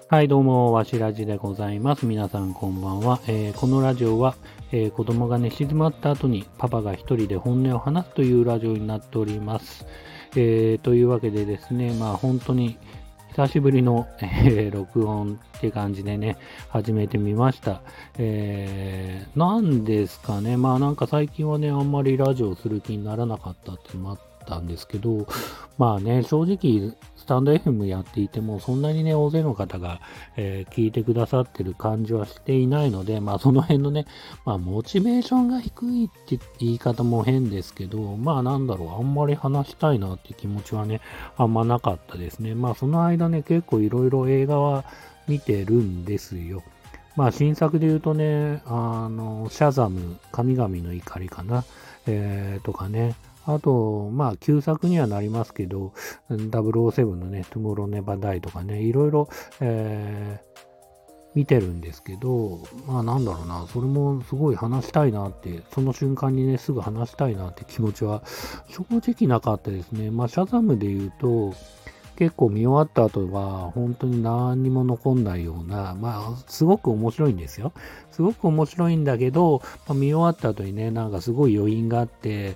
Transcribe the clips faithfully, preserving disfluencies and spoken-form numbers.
はい、どうも、わしらじでございます。皆さんこんばんは。えーこのラジオは、えー子供が寝静まった後にパパが一人で本音を話すというラジオになっております。えーというわけでですね、まあ本当に久しぶりの、えー録音って感じでね、始めてみました。えー、なんですかね、まあなんか最近はね、あんまりラジオする気にならなかったっていうのもあったんですけど、まあね、正直、スタンド エフエム やっていても、そんなにね、大勢の方が、えー聞いてくださってる感じはしていないので、まあその辺のね、まあモチベーションが低いって言い方も変ですけど、まあなんだろう、あんまり話したいなって気持ちはね、あんまなかったですね。まあその間ね、結構いろいろ映画は見てるんですよ。まあ新作で言うとね、あの、シャザム、神々の怒りかな、えー、とかね、あと、まあ、旧作にはなりますけど、ダブルオーセブンのね、トゥモローネバダイとかね、いろいろ、えー見てるんですけど、まあなんだろうな、それもすごい話したいなって、その瞬間にね、すぐ話したいなって気持ちは正直なかったですね。まあ、シャザムで言うと、結構見終わった後は、本当に何にも残んないような、まあ、すごく面白いんですよ。すごく面白いんだけど、まあ、見終わった後にね、なんかすごい余韻があって、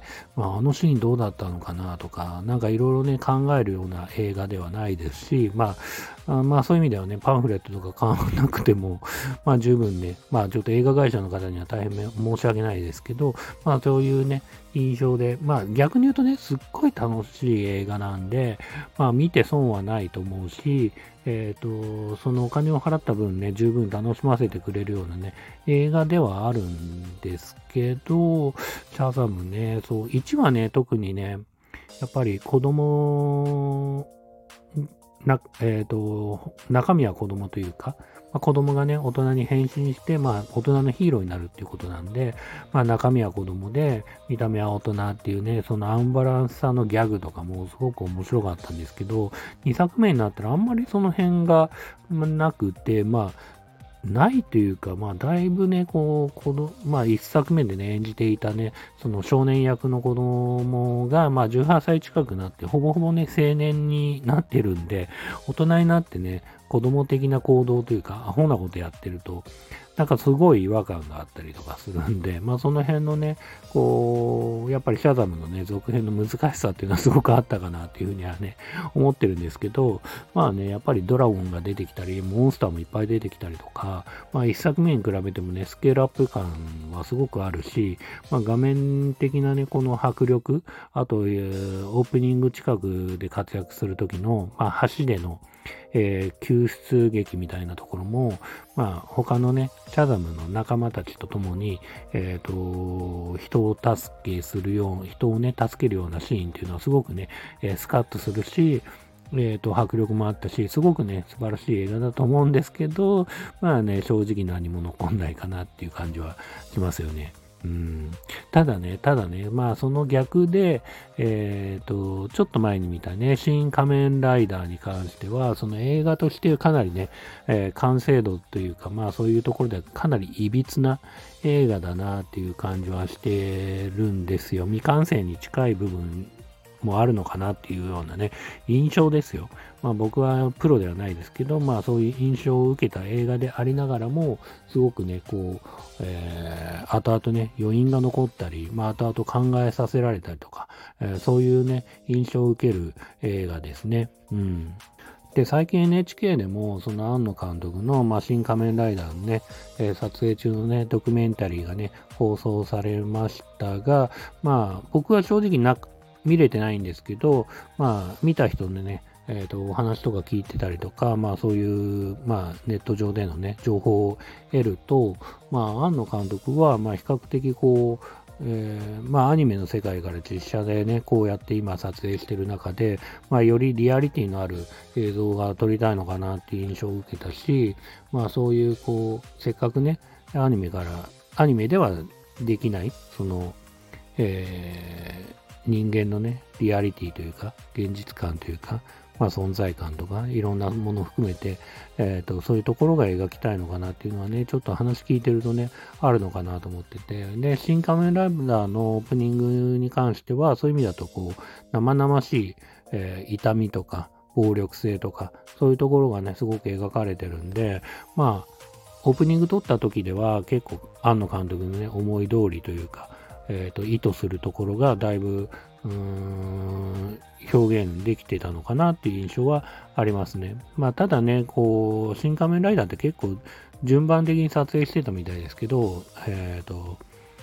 まあ、あのシーンどうだったのかなとか、なんかいろいろね、考えるような映画ではないですし、まあ、あまあそういう意味ではね、パンフレットとか買わなくても、まあ十分ね、まあちょっと映画会社の方には大変申し訳ないですけど、まあそういうね、印象で、まあ逆に言うとね、すっごい楽しい映画なんで、まあ見て損はないと思うし、えっ、と、そのお金を払った分ね、十分楽しませてくれるようなね、映画ではあるんですけど、シャザムね、そう、いちはね、特にね、やっぱり子供な、えっ、と、中身は子供というか、まあ、子供がね、大人に変身して、まあ、大人のヒーローになるっていうことなんで、まあ、中身は子供で、見た目は大人っていうね、そのアンバランスさのギャグとかもすごく面白かったんですけど、にさくめになったらあんまりその辺がまあなくて、まあ、ないというか、まあ、だいぶね、こう、この、まあ、一作目でね、演じていたね、その少年役の子供が、まあ、じゅうはっさい近くなって、ほぼほぼね、青年になってるんで、大人になってね、子供的な行動というか、アホなことやってると、なんかすごい違和感があったりとかするんで、まあその辺のね、こう、やっぱりシャザムのね、続編の難しさっていうのはすごくあったかなっていうふうにはね、思ってるんですけど、まあね、やっぱりドラゴンが出てきたり、モンスターもいっぱい出てきたりとか、まあ一作目に比べてもね、スケールアップ感はすごくあるし、まあ画面的なね、この迫力、あと、えーオープニング近くで活躍する時の、まあ橋での、えー救出劇みたいなところも、まあ、他のね、シャザムの仲間たちと共に、えっ、と、人を助けするよう、人をね、助けるようなシーンっていうのはすごくね、えースカッとするし、えっ、と、迫力もあったし、すごくね、素晴らしい映画だと思うんですけど、まあね、正直何も残んないかなっていう感じはしますよね。うん、ただね、ただね、まあその逆で、えっ、と、ちょっと前に見たね、新仮面ライダーに関しては、その映画としてかなりね、えー完成度というか、まあそういうところでかなり歪な映画だなっていう感じはしてるんですよ。未完成に近い部分もあるのかなっていうようなね、印象ですよ。まあ僕はプロではないですけど、まあそういう印象を受けた映画でありながらも、すごくね、こう、えー、後々ね、余韻が残ったり、まあ後々考えさせられたりとか、えーそういうね、印象を受ける映画ですね。うん。で、最近 エヌエイチケー でも、その庵野監督の、まあ、新仮面ライダーのね、えー撮影中のね、ドキュメンタリーがね、放送されましたが、まあ、僕は正直な、見れてないんですけど、まあ、見た人のね、えっと、お話とか聞いてたりとか、まあそういう、まあネット上でのね、情報を得ると、まあ庵野監督は、まあ比較的こう、えーまあアニメの世界から実写でね、こうやって今撮影してる中で、まあよりリアリティのある映像が撮りたいのかなっていう印象を受けたし、まあそういうこう、せっかくね、アニメから、アニメではできない、その、えー人間のね、リアリティというか、現実感というか、まあ存在感とか、いろんなものを含めて、えっ、と、そういうところが描きたいのかなっていうのはね、ちょっと話聞いてるとね、あるのかなと思ってて、で、新仮面ライダーのオープニングに関しては、そういう意味だと、こう、生々しい、えー痛みとか、 暴力性とか、そういうところがね、すごく描かれてるんで、まあ、オープニング撮った時では結構、庵野監督のね、思い通りというか、えっと、意図するところがだいぶ、うーん、表現できてたのかなっていう印象はありますね。まあ、ただね、こう、新仮面ライダーって結構順番的に撮影してたみたいですけど、えっと、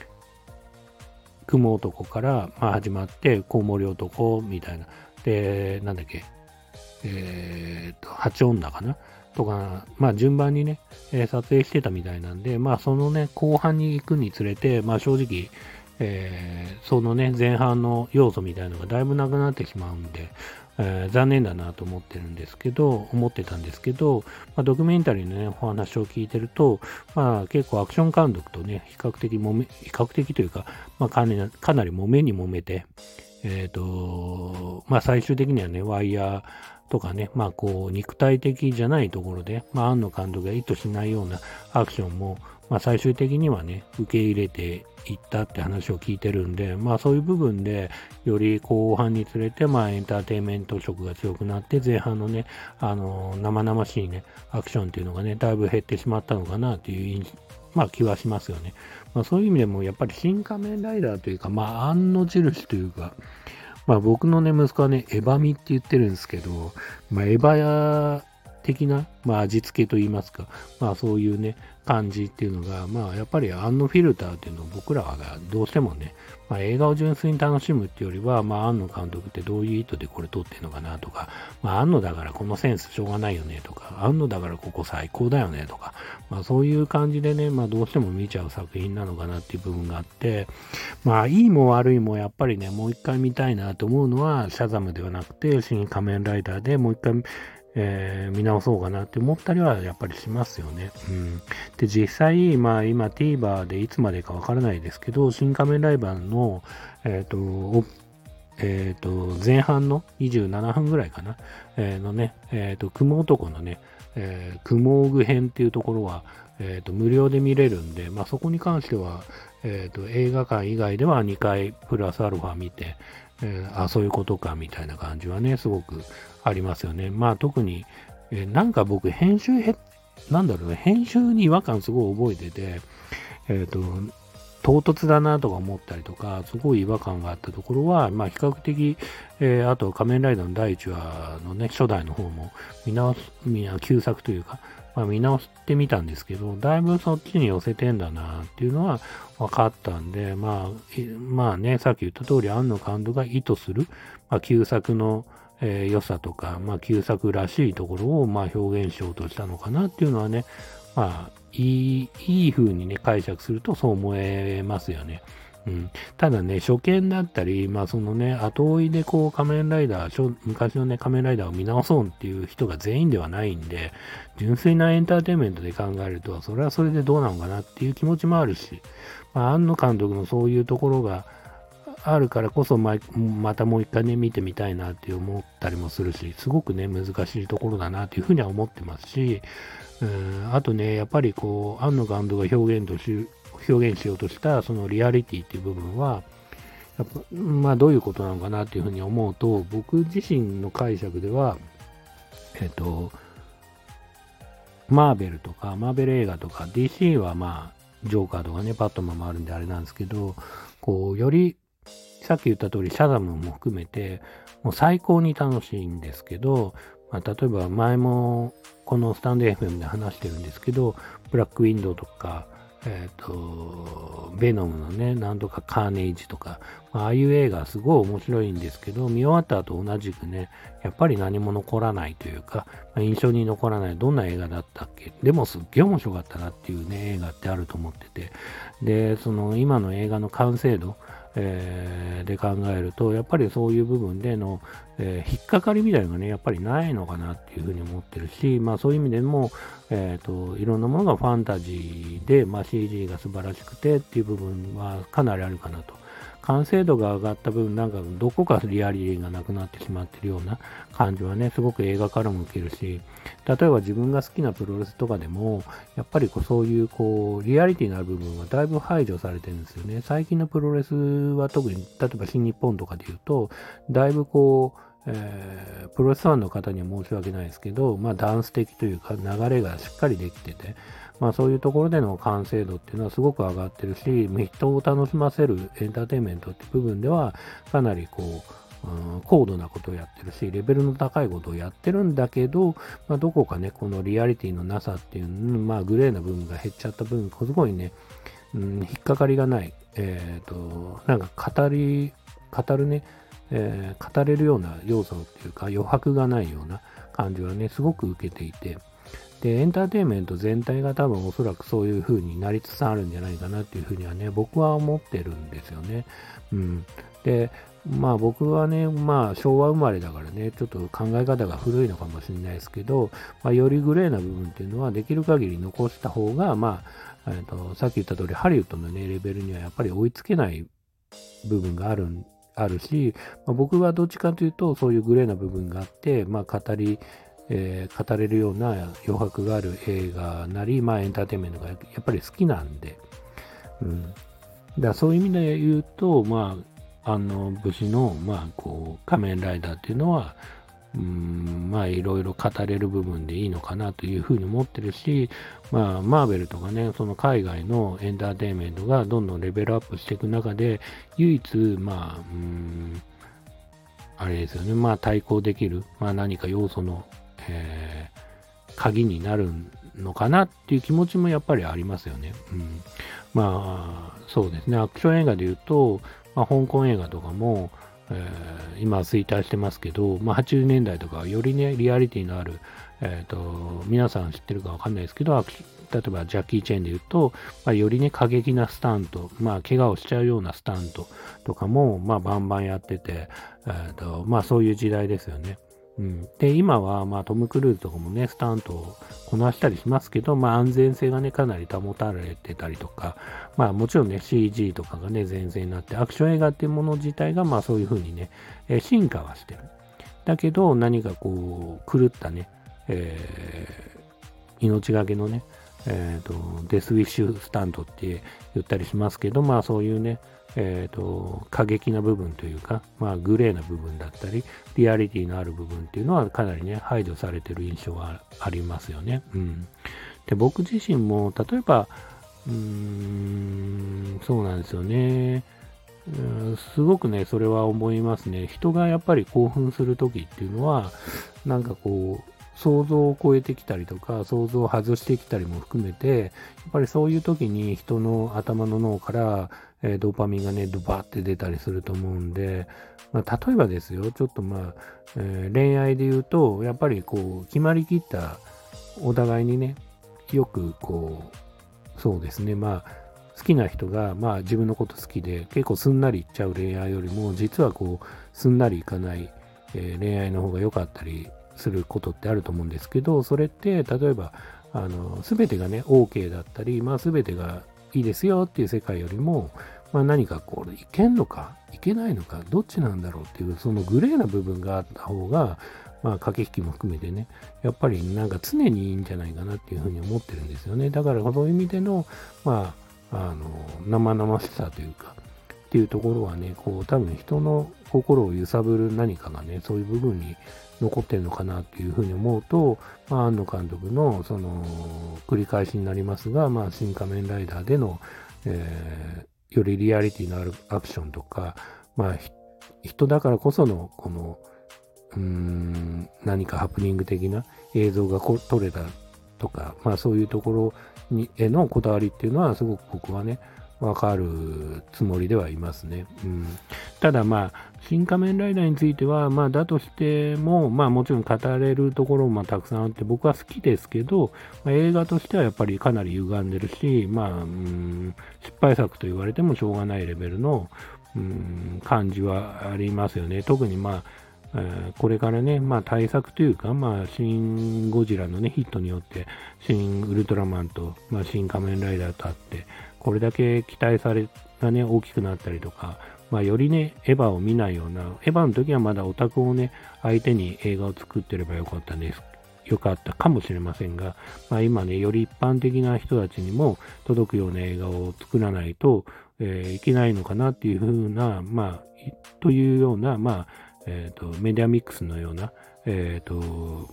雲男から、まあ、始まって、コウモリ男みたいな。で、なんだっけ、えっと、八女かなとか、まあ順番にね、えー撮影してたみたいなんで、まあそのね、後半に行くにつれて、まあ正直、えーそのね、前半の要素みたいなのがだいぶなくなってしまうんで、えー残念だなと思ってるんですけど、思ってたんですけど、まあ、ドキュメンタリーのね、お話を聞いてると、まあ結構アクション監督とね、比較的揉め、比較的というか、まあかなり、かなり揉めに揉めて、えっと、まあ最終的にはね、ワイヤー、とかね、まあこう肉体的じゃないところで、まあ庵野監督が意図しないようなアクションも、まあ最終的にはね、受け入れていったって話を聞いてるんで、まあそういう部分で、より後半につれて、まあエンターテインメント色が強くなって、前半のね、あの、生々しいね、アクションっていうのがね、だいぶ減ってしまったのかなっていう印まあ気はしますよね。まあそういう意味でも、やっぱり新仮面ライダーというか、まあ案の印というか、まあ僕のね、息子はね、エヴァミって言ってるんですけど、まあエヴァ的な、まあ味付けと言いますか、まあそういうね、感じっていうのが、まあやっぱりあのフィルターっていうのを僕らがどうしてもね、まあ映画を純粋に楽しむっていうよりは、まあ庵野監督ってどういう意図でこれ撮ってるのかなとか、まあ庵野だからこのセンスしょうがないよねとか、庵野だからここ最高だよねとか、まあそういう感じでね、まあどうしても見ちゃう作品なのかなっていう部分があって、まあ、いいも悪いもやっぱりね、もう一回見たいなと思うのは、シャザムではなくて、新仮面ライダーでもう一回、えー見直そうかなって思ったりはやっぱりしますよね。うん。で、実際、まあ今 TVer でいつまでかわからないですけど、新仮面ライダーの、えっ、と、おえっ、と、前半のにじゅうななふんぐらいかな、えーのね、えっ、と、雲男のね、えー、雲具編っていうところは、えっ、と、無料で見れるんで、まあそこに関しては、えっ、と、映画館以外ではにかいプラスアルファ見て、えーあ、そういうことか、みたいな感じはね、すごくありますよね。まあ特に、えーなんか僕、編集へ、なんだろうね、編集に違和感すごい覚えてて、えっ、と、唐突だなとか思ったりとか、すごい違和感があったところは、まあ比較的、えーあと仮面ライダーの第一話のね、初代の方も見直す、見な旧作というか、まあ見直してみたんですけど、だいぶそっちに寄せてんだなっていうのは分かったんで、まあ、えまあね、さっき言った通り、庵野監督が意図する、まあ旧作の、えー良さとか、まあ旧作らしいところをまあ表現しようとしたのかなっていうのはね、まあ、いい、いい風にね、解釈するとそう思えますよね。うん。ただね、初見だったり、まあそのね、後追いでこう仮面ライダー、初昔のね、仮面ライダーを見直そうっていう人が全員ではないんで、純粋なエンターテインメントで考えると、それはそれでどうなのかなっていう気持ちもあるし、まあ、庵野監督のそういうところがあるからこそ、ままたもう一回ね、見てみたいなって思ったりもするし、すごくね、難しいところだなっていうふうには思ってますし、うん、あとね、やっぱりこう、庵野監督が表現とし、表現しようとした、そのリアリティっていう部分は、やっぱ、まあどういうことなのかなっていうふうに思うと、僕自身の解釈では、えっと、マーベルとか、マーベル映画とか、ディーシー はまあ、ジョーカーとかね、バットマンもあるんであれなんですけど、こう、より、さっき言った通り、シャザムも含めて、もう最高に楽しいんですけど、まあ、例えば前もこのスタンド エフエム で話してるんですけど、ブラックウィンドウとか、えっ、と、ベノムのね、なんとかカーネイジとか、まああいう映画すごい面白いんですけど、見終わった後同じくね、やっぱり何も残らないというか、まあ印象に残らないどんな映画だったっけでもすっげえ面白かったなっていうね、映画ってあると思ってて、で、その今の映画の完成度、えーで考えると、やっぱりそういう部分での、えー引っかかりみたいなのがね、やっぱりないのかなっていうふうに思ってるし、まあそういう意味でも、えっ、と、いろんなものがファンタジーで、まあ シージー が素晴らしくてっていう部分はかなりあるかなと。完成度が上がった分、なんかどこかリアリティがなくなってしまってるような感じはね、すごく映画からも受けるし、例えば自分が好きなプロレスとかでも、やっぱりこうそういうこう、リアリティのある部分はだいぶ排除されてるんですよね。最近のプロレスは特に、例えば新日本とかで言うと、だいぶこう、 えープロレスファンの方には申し訳ないですけど、まあ、ダンス的というか流れがしっかりできてて、まあ、そういうところでの完成度っていうのはすごく上がってるし、人を楽しませるエンターテインメントっていう部分ではかなりこう、うん、高度なことをやってるし、レベルの高いことをやってるんだけど、まあ、どこかね、このリアリティのなさっていう、まあ、グレーな部分が減っちゃった分、すごいね、うん、引っかかりがない、えっと、なんか語り、語るね、えー語れるような要素っていうか余白がないような感じはね、すごく受けていて、で、エンターテインメント全体が多分おそらくそういう風になりつつあるんじゃないかなっていう風にはね、僕は思ってるんですよね。うん。で、まあ僕はね、まあ昭和生まれだからね、ちょっと考え方が古いのかもしれないですけど、まあ、よりグレーな部分っていうのはできる限り残した方が、まあ、えーと、さっき言った通りハリウッドのね、レベルにはやっぱり追いつけない部分があるんあるし、まあ、僕はどっちかというとそういうグレーな部分があって、まあ、語り、えー語れるような余白がある映画なり、まあ、エンターテインメントがやっぱり好きなんで、うん、だからそういう意味で言うと、まあ、あの武士の、まあ、こう仮面ライダーっていうのは、うん、まあいろいろ語れる部分でいいのかなというふうに思ってるし、まあマーベルとかね、その海外のエンターテインメントがどんどんレベルアップしていく中で、唯一、まあ、うん、あれですよね、まあ対抗できる、まあ何か要素の、えー鍵になるのかなっていう気持ちもやっぱりありますよね。うん、まあ、そうですね、アクション映画で言うと、まあ、香港映画とかも、えー今衰退してますけど、まあ、はちじゅうねんだいとかはよりね、リアリティのある、えーと、皆さん知ってるかわかんないですけど、アクシ例えばジャッキー・チェンで言うと、まあ、よりね、過激なスタント、まあ、怪我をしちゃうようなスタントとかも、まあ、バンバンやってて、えーと、まあ、そういう時代ですよね。うん、で、今は、まあ、トム・クルーズとかもね、スタントをこなしたりしますけど、まあ、安全性がね、かなり保たれてたりとか、まあ、もちろんね、シージー とかがね、全然になって、アクション映画っていうもの自体が、まあ、そういう風にね、えー進化はしてる。だけど、何かこう、狂ったね、えー命がけのね、えーと、デスウィッシュスタントって言ったりしますけど、まあ、そういうね、えーと、過激な部分というか、まあ、グレーな部分だったり、リアリティのある部分っていうのはかなりね、排除されてる印象はありますよね。うん。で、僕自身も、例えば、うーん、そうなんですよね。うんすごくね、それは思いますね。人がやっぱり興奮するときっていうのは、なんかこう、想像を超えてきたりとか、想像を外してきたりも含めて、やっぱりそういう時に人の頭の脳から、えードーパミンがね、ドバーって出たりすると思うんで、まあ、例えばですよ、ちょっとまあ、えー恋愛で言うと、やっぱりこう、決まりきったお互いにね、よくこう、そうですね、まあ、好きな人が、まあ自分のこと好きで、結構すんなりいっちゃう恋愛よりも、実はこう、すんなりいかない、えー恋愛の方が良かったりすることってあると思うんですけど、それって、例えば、あの、すべてがね、OK だったり、まあすべてがいいですよっていう世界よりも、まあ何かこう、いけんのか、いけないのか、どっちなんだろうっていう、そのグレーな部分があった方が、まあ駆け引きも含めてね、やっぱりなんか常にいいんじゃないかなっていうふうに思ってるんですよね。だからそういう意味での、まあ、あの、生々しさというか、っていうところはね、こう、多分人の心を揺さぶる何かがね、そういう部分に残ってるのかなっていうふうに思うと、まあ、庵野監督の、その、繰り返しになりますが、まあ、新仮面ライダーでの、えーよりリアリティのあるアクションとか、まあ、ひ人だからこその、この、うーん、何かハプニング的な映像がこ撮れたとか、まあそういうところにへのこだわりっていうのはすごく僕はね、わかるつもりではいますね。うん、ただまあ、新仮面ライダーについては、まあだとしても、まあもちろん語れるところもたくさんあって僕は好きですけど、まあ、映画としてはやっぱりかなり歪んでるし、まあ、うん、失敗作と言われてもしょうがないレベルの、うん、感じはありますよね。特にまあ、えーこれからね、まあ対策というか、まあ、新ゴジラのね、ヒットによって、新ウルトラマンと、まあ、新仮面ライダーとあって、これだけ期待されがね、大きくなったりとか、まあ、よりね、エヴァを見ないような、エヴァの時はまだオタクをね、相手に映画を作ってればよかったんです。よかったかもしれませんが、まあ、今ね、より一般的な人たちにも届くような映画を作らないと、えーいけないのかなっていうふうな、まあ、いというような、まあ、 えーと、メディアミックスのような、えーと、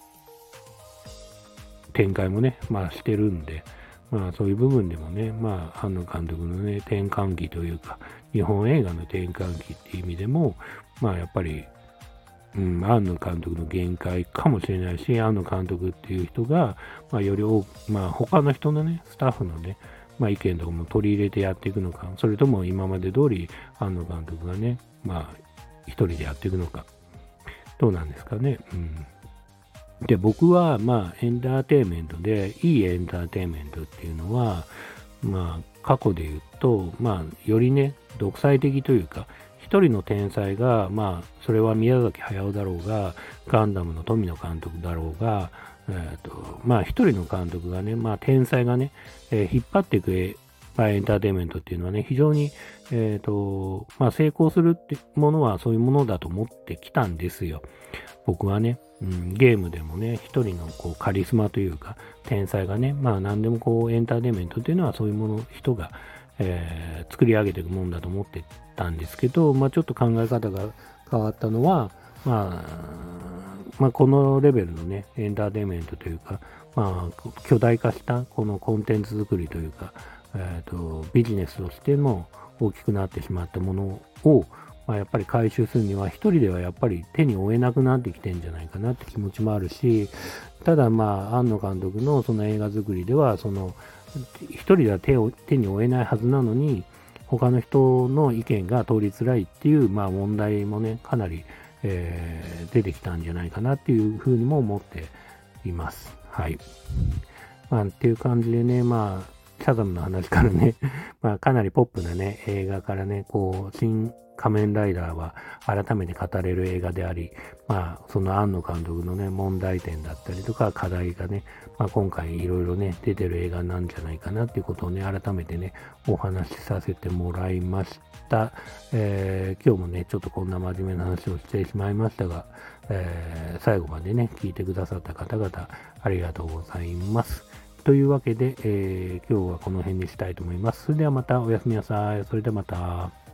展開もね、まあしてるんで、まあそういう部分でもね、まあ、庵野監督のね、転換期というか、日本映画の転換期っていう意味でも、まあやっぱり、うん、庵野監督の限界かもしれないし、庵野監督っていう人が、まあより多く、まあ他の人のね、スタッフのね、まあ意見とかも取り入れてやっていくのか、それとも今まで通り庵野監督がね、まあ一人でやっていくのか、どうなんですかね。うん。で、僕は、まあ、エンターテインメントで、いいエンターテインメントっていうのは、まあ、過去で言うと、まあ、よりね、独裁的というか、一人の天才が、まあ、それは宮崎駿だろうが、ガンダムの富野監督だろうが、えーと、まあ、一人の監督がね、まあ、天才がね、えー引っ張っていく、まあ、エンターテインメントっていうのはね、非常に、えーと、まあ、成功するってものはそういうものだと思ってきたんですよ。僕はね、うん、ゲームでもね、一人のこうカリスマというか、天才がね、まあ何でもこうエンターテインメントっていうのはそういうもの、人が、えー作り上げていくもんだと思ってたんですけど、まあちょっと考え方が変わったのは、まあ、まあこのレベルのね、エンターテインメントというか、まあ巨大化したこのコンテンツ作りというか、えーと、ビジネスとしても大きくなってしまったものを、まあ、やっぱり回収するには一人ではやっぱり手に負えなくなってきてんじゃないかなって気持ちもあるし、ただまあ、庵野監督のその映画作りでは、その、一人では手を手に負えないはずなのに、他の人の意見が通りづらいっていう、まあ問題もね、かなり、えー出てきたんじゃないかなっていうふうにも思っています。はい。まあ、っていう感じでね、まあ、シャザムの話からね、まあ、かなりポップなね、映画からね、こう、新仮面ライダーは改めて語れる映画であり、まあ、その庵野監督のね、問題点だったりとか、課題がね、まあ、今回いろいろね、出てる映画なんじゃないかなっていうことをね、改めてね、お話しさせてもらいました。えー今日もね、ちょっとこんな真面目な話をしてしまいましたが、えー最後までね、聞いてくださった方々、ありがとうございます。というわけで、えー今日はこの辺にしたいと思います。それではまたおやすみなさい。それではまた。